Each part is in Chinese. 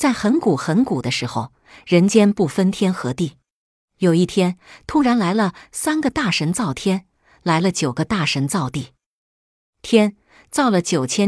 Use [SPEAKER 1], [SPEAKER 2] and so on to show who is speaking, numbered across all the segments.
[SPEAKER 1] 在很古很古的时候，人间不分天和地。有一天，突然来了3个大神造天，来了9个大神造地。天造了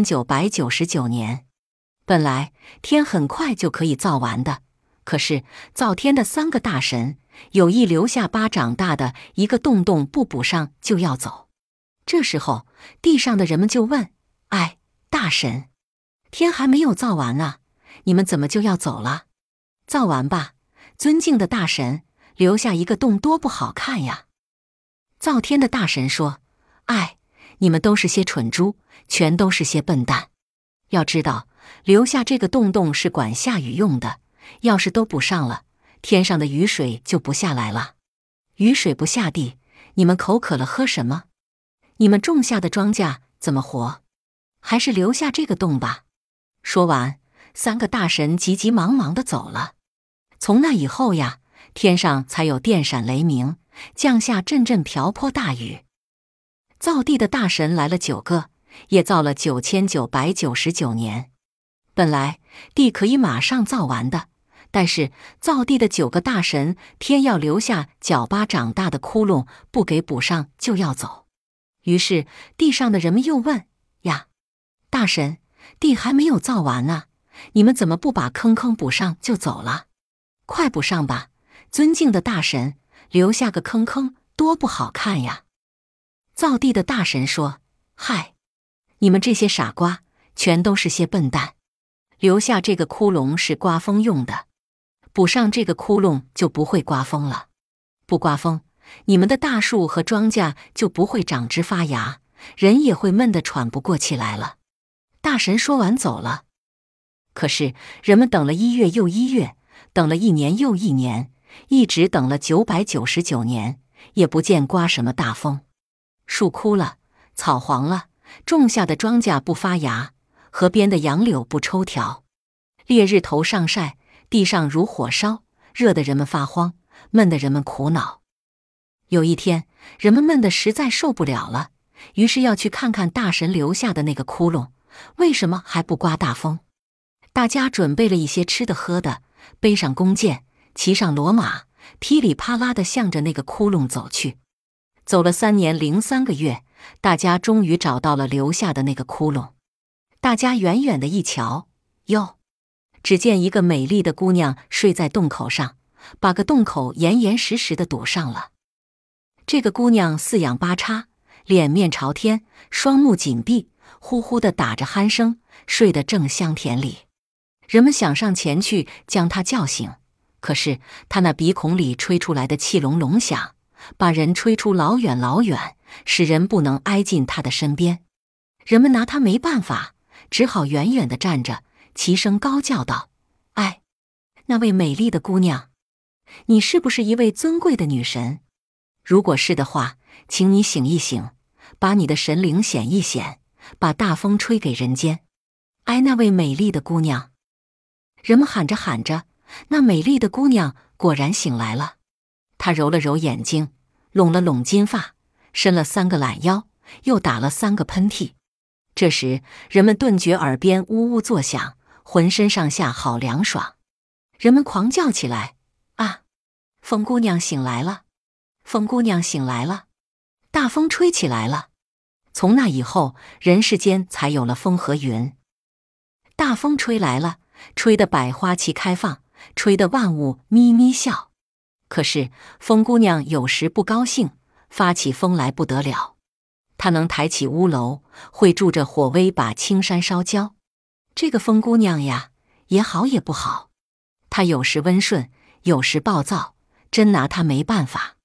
[SPEAKER 1] 9999年，本来天很快就可以造完的，可是造天的3个大神有意留下巴掌大的一个洞洞，不补上就要走。这时候，地上的人们就问：哎，大神，天还没有造完啊，你们怎么就要走了？造完吧，尊敬的大神，留下一个洞多不好看呀。造天的大神说：哎，你们都是些蠢猪，全都是些笨蛋。要知道，留下这个洞是管下雨用的，要是都补上了，天上的雨水就不下来了。雨水不下地，你们口渴了喝什么？你们种下的庄稼怎么活？还是留下这个洞吧。说完，3个大神急急忙忙地走了。从那以后呀，天上才有电闪雷鸣，降下阵阵瓢泼大雨。造地的大神来了9个，也造了9999年。本来地可以马上造完的，但是造地的9个大神偏要留下脚巴掌大的窟窿，不给补上就要走。于是地上的人们又问：呀，大神，地还没有造完呢，你们怎么不把坑补上就走了？快补上吧，尊敬的大神，留下个坑多不好看呀。造地的大神说：嗨，你们这些傻瓜，全都是些笨蛋。留下这个窟窿是刮风用的，补上这个窟窿就不会刮风了。不刮风，你们的大树和庄稼就不会长枝发芽，人也会闷得喘不过气来了。大神说完走了。可是人们等了1月又1月，等了1年又1年，一直等了999年，也不见刮什么大风。树枯了，草黄了，种下的庄稼不发芽，河边的杨柳不抽条。烈日头上晒，地上如火烧，热得人们发慌，闷得人们苦恼。有一天，人们闷得实在受不了了，于是要去看看大神留下的那个窟窿，为什么还不刮大风？大家准备了一些吃的喝的，背上弓箭，骑上骡马，噼里啪啦地向着那个窟窿走去。走了3年零3个月，大家终于找到了留下的那个窟窿。大家远远的一瞧，哟，只见一个美丽的姑娘睡在洞口上，把个洞口严严实实地堵上了。这个姑娘四仰八叉，脸面朝天，双目紧闭，呼呼地打着鼾声，睡得正香甜里。人们想上前去将她叫醒，可是她那鼻孔里吹出来的气隆隆响，把人吹出老远老远，使人不能挨近她的身边。人们拿她没办法，只好远远地站着，齐声高叫道：哎，那位美丽的姑娘，你是不是一位尊贵的女神？如果是的话，请你醒一醒，把你的神灵显一显，把大风吹给人间。哎，那位美丽的姑娘。人们喊着喊着，那美丽的姑娘果然醒来了。她揉了揉眼睛，拢了拢金发，伸了3个懒腰，又打了3个喷嚏。这时人们顿觉耳边呜呜作响，浑身上下好凉爽。人们狂叫起来：啊，风姑娘醒来了，风姑娘醒来了，大风吹起来了。从那以后，人世间才有了风和云。大风吹来了，吹得百花齐开放，吹得万物咪咪笑。可是风姑娘有时不高兴，发起疯来不得了。她能抬起屋楼，会助着火威把青山烧焦。这个风姑娘呀，也好也不好。她有时温顺，有时暴躁，真拿她没办法。